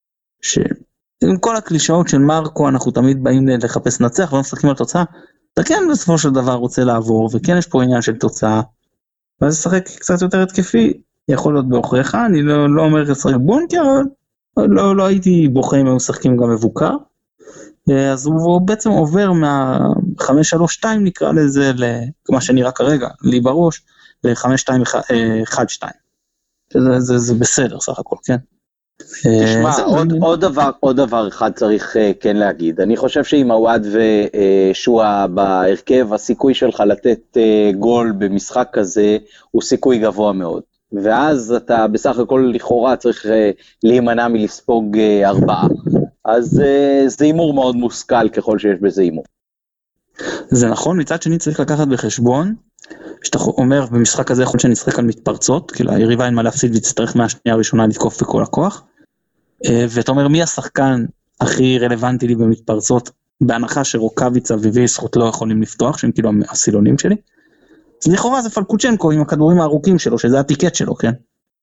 שעם כל הקלישאות של מרקו, אנחנו תמיד באים לחפש נצח, ולא משחקים על תוצאה, אתה כן בסופו של דבר רוצה לעבור, וכן יש פה עניין של תוצאה, ואז לשחק קצת יותר התקפי, יכול להיות באוכריך, אני לא, לא אומר לשחק בונקר, אבל לא, לא הייתי בוכה אם היו משחקים גם מבוקר, אז הוא בעצם עובר מה-חמש שלוש שתיים נקרא לזה, למה שנראה כרגע, לי בראש, ל-חמש שתיים אחת שתיים. זה, זה, זה בסדר סך הכל, כן. תשמע, עוד, עוד, דבר, עוד דבר אחד צריך כן להגיד. אני חושב שאם הוואד ושואה בהרכב, הסיכוי שלך לתת גול במשחק כזה, הוא סיכוי גבוה מאוד. ואז אתה בסך הכל לכאורה צריך להימנע מלספוג ארבעה. אז זה אימור מאוד מושכל ככל שיש בזה אימור. זה נכון, מצד שני צריך לקחת בחשבון, שאתה אומר במשחק הזה יכול שנשחק על מתפרצות, כאילו היריבה אין מה להפסיד ויצטרך מהשנייה הראשונה לתקוף בכל הכוח, ואתה אומר מי השחקן הכי רלוונטי לי במתפרצות, בהנחה שרוקביצה וויסחוט לא יכולים לפתוח, שהם כאילו הסילונים שלי, אז לכאורה זה פלקוצ'נקו עם הכדורים הארוכים שלו, שזה הטיקט שלו, כן?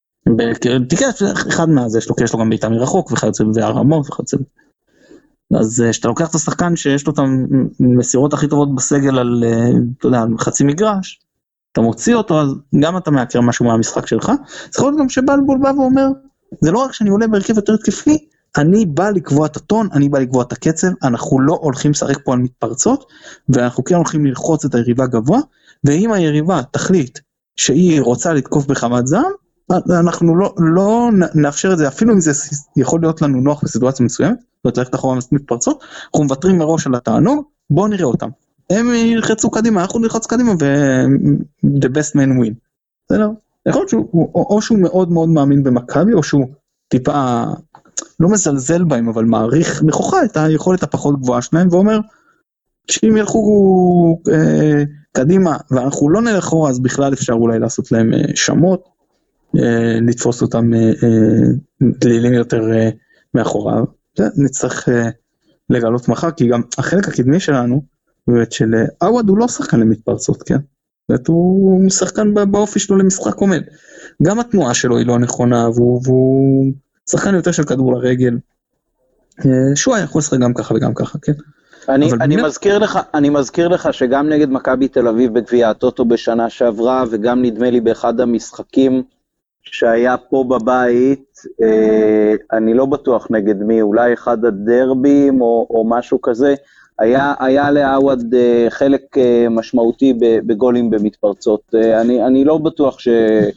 טיקט אחד מהזה שלו, כי יש לו גם בעיטה מרחוק, וכיוצא בזה הרמות, וכיוצא בזה. אז שאתה לוקח את השחקן שיש לו את המסירות הכי טובות בסגל על, אתה יודע, על חצי מגרש, אתה מוציא אותו, אז גם אתה מעקר משהו מהמשחק שלך, זה יכול להיות גם שבלבול בא ואומר, זה לא רק שאני עולה בהרכב יותר תקפי, אני בא לקבוע את הטון, אני בא לקבוע את הקצב, אנחנו לא הולכים לשחק פה על מתפרצות, ואנחנו כן הולכים ללחוץ את היריבה גבוה, ואם היריבה תחליט שהיא רוצה לתקוף בחמת זעם, אנחנו לא, לא נאפשר את זה, אפילו אם זה יכול להיות לנו נוח בסיטואציה מסוימת, זאת ללכת אחורה מתפרצות, אנחנו מוותרים מראש על התענוג, בואו נראה אותם. הם ילחצו קדימה, אנחנו נלחץ קדימה, ו-the best man win. זה לא. יכול להיות שהוא, או שהוא מאוד מאוד מאמין במכבי, או שהוא טיפה, לא מזלזל בהם, אבל מעריך מכוחה את היכולת הפחות גבוהה שלהם, ואומר, שאם ילכו אה, קדימה, ואנחנו לא נלך אחורה, אז בכלל אפשר אולי לעשות להם אה, שמות, אה, לתפוס אותם אה, אה, דלילים יותר אה, מאחוריו. זה נצטרך אה, לגלות מחר, כי גם החלק הקדמי שלנו, באמת של עווד הוא לא שחקן למתפרצות, כן? זאת הוא שחקן באופי שלו למשחק עומד. גם התנועה שלו היא לא נכונה, והוא, והוא שחקן יותר של כדור לרגל. שהוא היה יכול לשחק גם ככה וגם ככה, כן? אני, אני, באמת... מזכיר לך, אני מזכיר לך שגם נגד מכבי תל אביב בגביע הטוטו בשנה שעברה, וגם נדמה לי באחד המשחקים שהיה פה בבית, אה, אני לא בטוח נגד מי, אולי אחד הדרבים או, או משהו כזה, היה, היה לעווד חלק משמעותי בגולים במתפרצות. אני, אני לא בטוח ש,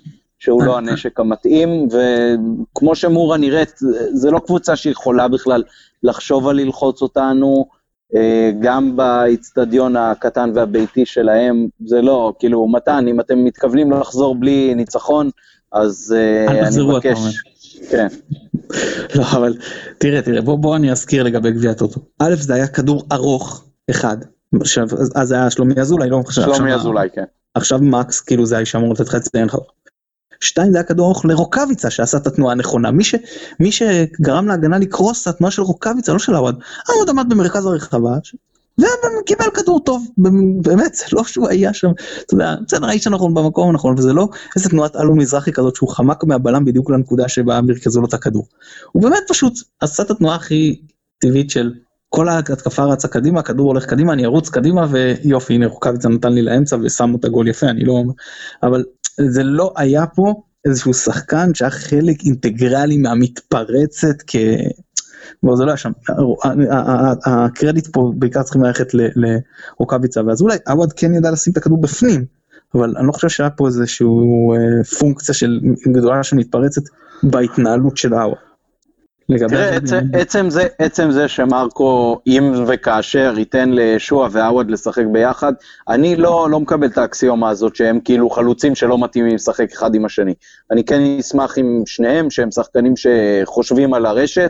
שהוא לא הנשק המתאים, וכמו שמורה נראית, זה לא קבוצה שיכולה בכלל לחשוב על ללחוץ אותנו, גם באצטדיון הקטן והביתי שלהם, זה לא, כאילו, מתן, אם אתם מתכוונים לחזור בלי ניצחון, אז אני מבקש, כן. לא, אבל תראה, תראה, בוא, בוא אני אזכיר לגבי גביע הטוטו. א', זה היה כדור ארוך, אחד, אז זה היה שלומי אזולאי, לא חושב. שלומי אזולאי, כן. עכשיו מקס, כאילו זה היה שאמור לתת חצי אין לך. שתיים, זה היה כדור ארוך לרוקביצה, שעשה את התנועה הנכונה. מי, ש, מי שגרם להגנה לקרוס את התנועה של רוקביצה, לא של עווד, עווד עמד במרכז הרחבה, וקיבל כדור טוב, באמת, זה לא שהוא היה שם, אתה יודע, בסדר, האיש הנכון במקום הנכון, וזה לא איזה תנועת אלון מזרחי כזאת, שהוא חמק מהבלם בדיוק לנקודה שבה מרכזו לו את הכדור. הוא באמת פשוט עשה את התנועה הכי טבעית של כל ההתקפה רצה קדימה, הכדור הולך קדימה, אני ארוץ קדימה, ויופי, הנה רוקביצה נתן לי לאמצע, ושם את הגול יפה, אני לא אומר, אבל זה לא היה פה איזשהו שחקן שהיה חלק אינטגרלי מהמתפרצת כ... אבל זה לא היה שם, הקרדיט פה בעיקר צריכים ללכת לרוקביצה, ואז אולי עווד כן ידע לשים את הכדור בפנים, אבל אני לא חושב שהיה פה איזשהו פונקציה של גדולה שמתפרצת בהתנהלות של עווד. תראה, עצם זה, עצם זה שמרקו, אם וכאשר ייתן לשוע ועווד לשחק ביחד, אני לא, לא מקבל את האקסיומה הזאת שהם כאילו חלוצים שלא מתאימים לשחק אחד עם השני. אני כן אשמח עם שניהם שהם שחקנים שחושבים על הרשת,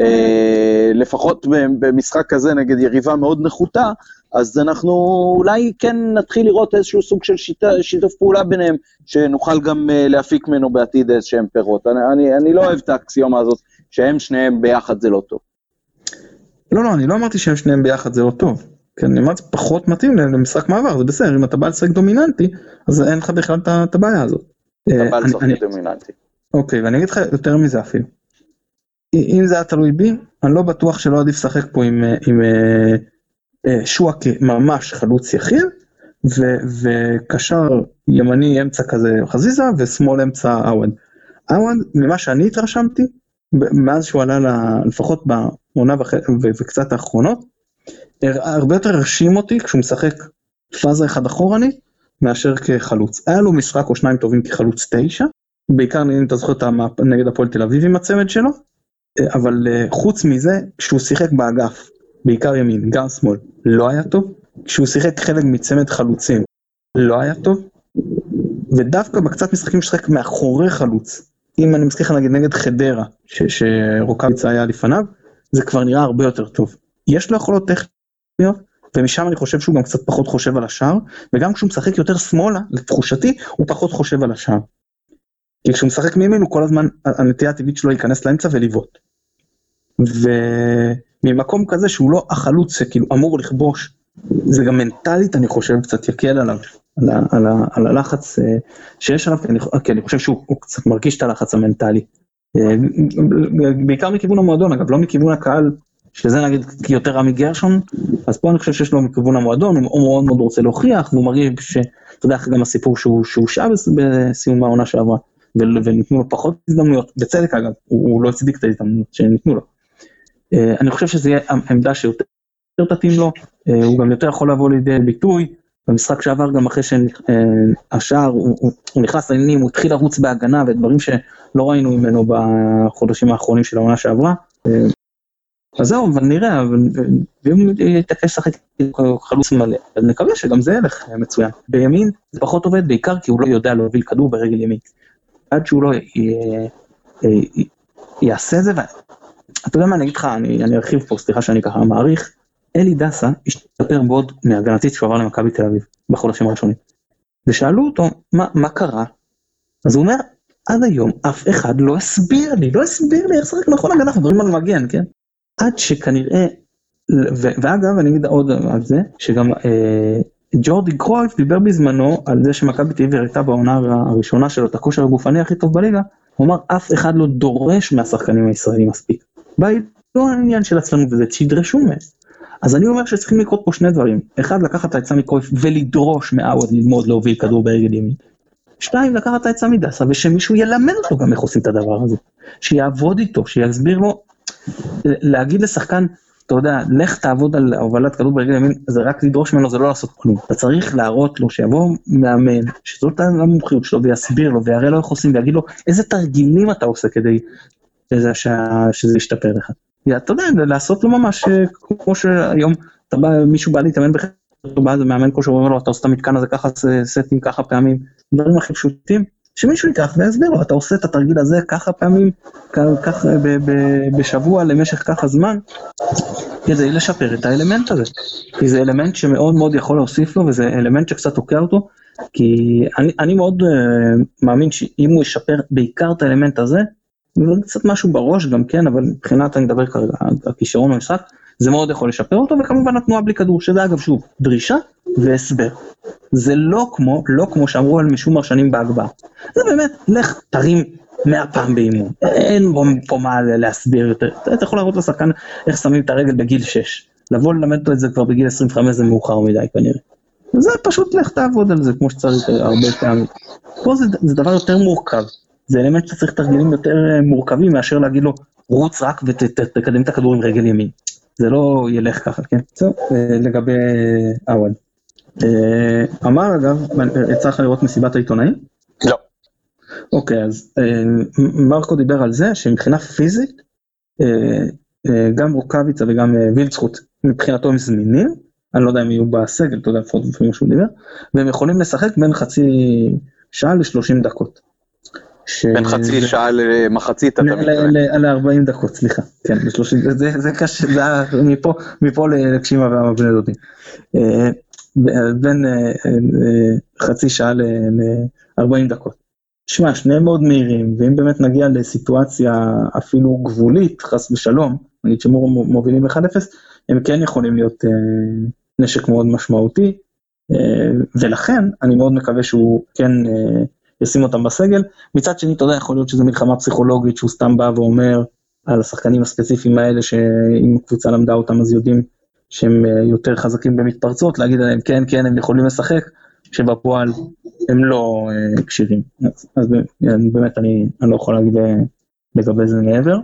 לפחות במשחק כזה נגד יריבה מאוד נחותה, אז אנחנו אולי כן נתחיל לראות איזשהו סוג של שיתוף פעולה ביניהם, שנוכל גם להפיק ממנו בעתיד איזשהם פירות. אני, אני, אני לא אוהב את האקסיומה הזאת, שהם שניהם ביחד זה לא טוב. לא, לא, אני לא אמרתי שהם שניהם ביחד זה לא טוב, כי אני אמרתי פחות מתאים למשחק מעבר, זה בסדר, אם אתה בא לשחק דומיננטי, אז אין לך בכלל את הבעיה הזאת. אתה בא לשחק דומיננטי. אוקיי, ואני אגיד לך יותר מזה אפילו. אם זה היה תלוי בי, אני לא בטוח שלא עדיף לשחק פה עם, עם שוע כממש חלוץ יחיד, וקשר ימני אמצע כזה חזיזה, ושמאל אמצע עווד. עווד, ממה שאני התרשמתי, מאז שהוא עלה לפחות בעונה וקצת האחרונות, הרבה יותר הרשים אותי כשהוא משחק פאזה אחד אחורנית, מאשר כחלוץ. היה לו משחק או שניים טובים כחלוץ תשע, בעיקר אם אתה זוכר נגד הפועל תל אביב עם הצמד שלו, אבל חוץ מזה, כשהוא שיחק באגף, בעיקר ימין, גם שמאל, לא היה טוב, כשהוא שיחק חלק מצמד חלוצים, לא היה טוב, ודווקא בקצת משחקים ששחק מאחורי חלוץ, אם אני מזכיר לך נגד נגד חדרה, שרוקביצה היה לפניו, זה כבר נראה הרבה יותר טוב. יש לו יכולות טכניות, ומשם אני חושב שהוא גם קצת פחות חושב על השער, וגם כשהוא משחק יותר שמאלה, לתחושתי, הוא פחות חושב על השער. כי כשהוא משחק מימין, הוא כל הזמן, הנטייה הטבעית שלו ייכנס לאמצע ולבעוט. וממקום כזה שהוא לא החלוץ שכאילו אמור לכבוש, זה גם מנטלית אני חושב קצת יקל עליו, על, ה, על, ה, על הלחץ שיש עליו, כי אני, כי אני חושב שהוא קצת מרגיש את הלחץ המנטלי, בעיקר מכיוון המועדון, אגב לא מכיוון הקהל, שזה נגיד יותר רמי גרשון, אז פה אני חושב שיש לו מכיוון המועדון, הוא מאוד מאוד רוצה להוכיח, והוא מרגיש שאתה יודע גם הסיפור שהוא, שהוא שעה בסיום העונה שעברה, וניתנו לו פחות הזדמנויות, בצדק אגב, הוא לא הצדיק את ההזדמנויות שניתנו לו. אני חושב שזה יהיה עמדה שיותר תתאים לו, הוא גם יותר יכול לבוא לידי ביטוי, במשחק שעבר גם אחרי שהשער, הוא נכנס לעניינים, הוא התחיל לרוץ בהגנה, ודברים שלא ראינו ממנו בחודשים האחרונים של העונה שעברה, אז זהו, אבל נראה, ואם יתעקש לשחק חלוץ מלא, אז נקווה שגם זה ילך מצוין. בימין זה פחות עובד, בעיקר כי הוא לא יודע להוביל כדור ברגל ימין. עד שהוא לא יעשה זה, ואתה יודע מה, אני אגיד לך, אני ארחיב פה, סליחה שאני ככה מעריך, אלי דסה השתפר מאוד מהגנתית שהוא עבר למכבי תל אביב, בחודשים הראשונים. ושאלו אותו, מה קרה? אז הוא אומר, עד היום אף אחד לא הסביר לי, לא הסביר לי איך שחק נכון הגנה, אנחנו מדברים על מגן, כן? עד שכנראה, ואגב, אני אגיד עוד על זה, שגם ג'ורדי קרויף דיבר בזמנו על זה שמכבי תל אביב הראתה בעונה הראשונה שלו את הכושר הגופני הכי טוב בליגה, הוא אמר, אף אחד לא דורש מהשחקנים הישראלים מספיק. ביי, לא העניין של עצמנו וזה, שידרשו מהם. אז אני אומר שצריכים לקרות פה שני דברים. אחד, לקחת את העצה מקרויף ולדרוש מעווד ללמוד להוביל כדור ברגל ימין. שתיים, לקחת את העצה מדסה ושמישהו ילמד אותו גם איך עושים את הדבר הזה. שיעבוד איתו, שיסביר לו, להגיד לשחקן, אתה יודע, לך תעבוד על הובלת כדור ברגל ימין, זה רק לדרוש ממנו, זה לא לעשות כלום. אתה צריך להראות לו שיבוא מאמן, שזאת המומחיות שלו, ויסביר לו, ויראה לו איך עושים, ויגיד לו, איזה תרגילים אתה עושה כדי שזה, שזה ישתפר לך. אתה יודע, לעשות לו ממש, כמו שהיום, אתה בא, מישהו בא להתאמן בחדר, אתה בא, זה מאמן כושר, הוא אומר לו, אתה עושה את המתקן הזה ככה, סטים ככה פעמים, דברים הכי פשוטים, שמישהו ייקח ויסביר לו, אתה עושה את התרגיל הזה ככה פעמים, כך בשבוע למשך ככה זמן, כדי לשפר את האלמנט הזה. כי זה אלמנט שמאוד מאוד יכול להוסיף לו, וזה אלמנט שקצת תוקע אותו, כי אני, אני מאוד uh, מאמין שאם הוא ישפר בעיקר את האלמנט הזה, זה קצת משהו בראש גם כן, אבל מבחינת אני מדבר כרגע, הכישרון במשחק, זה מאוד יכול לשפר אותו, וכמובן התנועה בלי כדור, שזה אגב שוב, דרישה והסבר. זה לא כמו, לא כמו שאמרו על משום מרשנים בהגבהה. זה באמת, לך תרים מאה פעם באימון. אין פה מה להסביר יותר. אתה יכול להראות לשחקן איך שמים את הרגל בגיל שש. לבוא ללמד אותו את זה כבר בגיל עשרים וחמש זה מאוחר מדי כנראה. וזה פשוט לך תעבוד על זה כמו שצריך הרבה פעמים. פה זה, זה דבר יותר מורכב. זה אלמנט שצריך תרגילים יותר מורכבים מאשר להגיד לו רוץ רק ותקדם את הכדור עם רגל ימין. זה לא ילך ככה, כן? טוב, לגבי אוהד. אמר אגב, יצא לך לראות מסיבת העיתונאים? לא. אוקיי, אז מרקו דיבר על זה שמבחינה פיזית, גם רוקאביצה וגם וילצחוט מבחינתו הם זמינים, אני לא יודע אם יהיו בסגל, אתה יודע, לפחות לפי מה שהוא דיבר, והם יכולים לשחק בין חצי שעה ל-שלושים דקות. בין חצי שעה למחצית, אתה מתכוון. ל-ארבעים דקות, סליחה. כן, זה קשה, זה מפה לקשימה והמבני דודים. בין חצי שעה ל-ארבעים דקות. שמע, שניהם מאוד מהירים, ואם באמת נגיע לסיטואציה אפילו גבולית, חס ושלום, נגיד שמור מובילים אחד אפס, הם כן יכולים להיות נשק מאוד משמעותי, ולכן אני מאוד מקווה שהוא כן ישים אותם בסגל. מצד שני, אתה יודע, יכול להיות שזו מלחמה פסיכולוגית, שהוא סתם בא ואומר על השחקנים הספציפיים האלה, שאם קבוצה למדה אותם אז יודעים שהם יותר חזקים במתפרצות, להגיד עליהם כן, כן, הם יכולים לשחק, שבפועל הם לא קשירים. אז, אז באמת אני, אני לא יכול להגיד לגבי זה מעבר.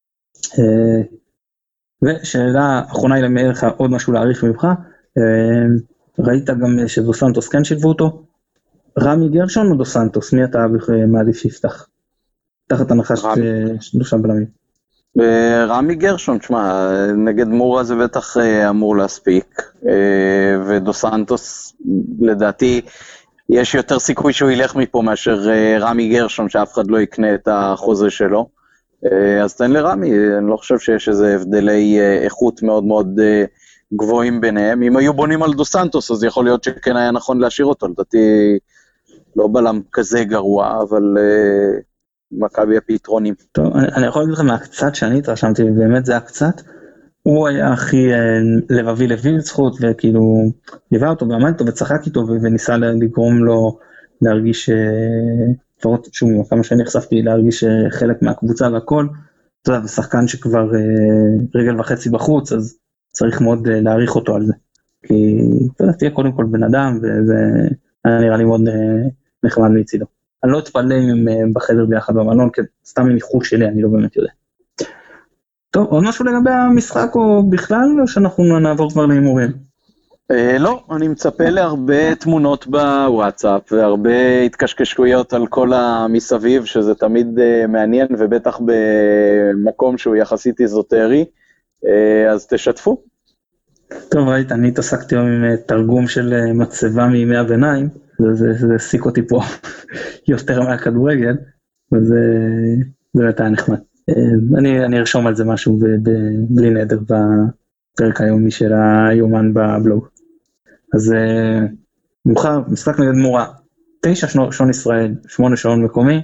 ושאלה אחרונה היא למאיר לך עוד משהו להעריך ממך, ראית גם שדו סנטוס כן שילבו אותו, רמי גרשון או דו סנטוס, מי אתה מעדיף שיפתח? תחת הנחש שלושה בלמים. רמי גרשון, תשמע, נגד מורה זה בטח אמור להספיק, ודו סנטוס לדעתי יש יותר סיכוי שהוא ילך מפה מאשר רמי גרשון, שאף אחד לא יקנה את החוזה שלו, אז תן לרמי, אני לא חושב שיש איזה הבדלי איכות מאוד מאוד גבוהים ביניהם, אם היו בונים על דו סנטוס אז יכול להיות שכן היה נכון להשאיר אותו, לדעתי לא בלם כזה גרוע, אבל מכבי הפתרונים. טוב, אני, אני יכול להגיד לכם מהקצת שאני התרשמתי, באמת זה הקצת, הוא היה הכי לבבי לווילצחוט, וכאילו ליווה אותו ועמד אותו וצחק איתו, וניסה לגרום לו להרגיש, לפחות שוב, כמה שאני נחשפתי להרגיש חלק מהקבוצה והכל, אתה יודע, ושחקן שכבר רגל וחצי בחוץ, אז צריך מאוד להעריך אותו על זה. כי אתה יודע, תהיה קודם כל בן אדם, וזה נראה לי מאוד נחמד מצידו. אני לא אתפלא אם הם בחדר ביחד במלון, כי סתם מניחוש שלי, אני לא באמת יודע. טוב, עוד משהו לגבי המשחק או בכלל, או שאנחנו נעבור כבר להימורים? לא, אני מצפה להרבה תמונות בוואטסאפ, והרבה התקשקשויות על כל המסביב, שזה תמיד מעניין, ובטח במקום שהוא יחסית איזוטרי, אז תשתפו. טוב, ראית, אני התעסקתי היום עם תרגום של מצבה מימי הביניים, זה העסיק אותי פה יותר מהכדורגל, וזה באמת היה נחמד. אני, אני ארשום על זה משהו בלי נדר בפרק היומי של היומן בבלוג. אז מאוחר, משחק נגד מורה, תשע שעון ישראל, שמונה שעון מקומי,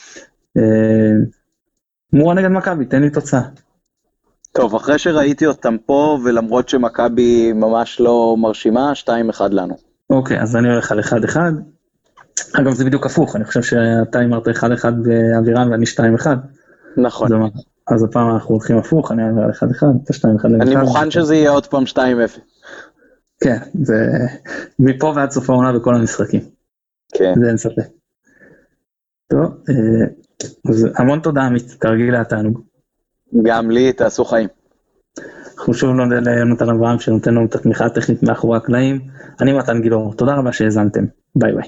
מורה נגד מכבי, תן לי תוצאה. טוב, אחרי שראיתי אותם פה, ולמרות שמכבי ממש לא מרשימה, שתיים אחד לנו. אוקיי, אז אני הולך על אחד אחד. אגב, זה בדיוק הפוך, אני חושב שאתה אמרת אחד אחד באווירן ואני שתיים אחד. נכון. אז הפעם אנחנו הולכים הפוך, אני אומר על אחד אחד, אתה שתיים אחד. אני מוכן שזה יהיה עוד פעם שתיים אפס. כן, זה מפה ועד סוף העונה בכל המשחקים. כן. זה אין ספק. טוב, אז המון תודה עמית, כרגיל התענוג. גם לי, תעשו חיים. חשוב לנו ליונתן אברהם שנותן לנו את התמיכה הטכנית מאחורי הקלעים. אני מתן גילאור, תודה רבה שהאזנתם, ביי ביי.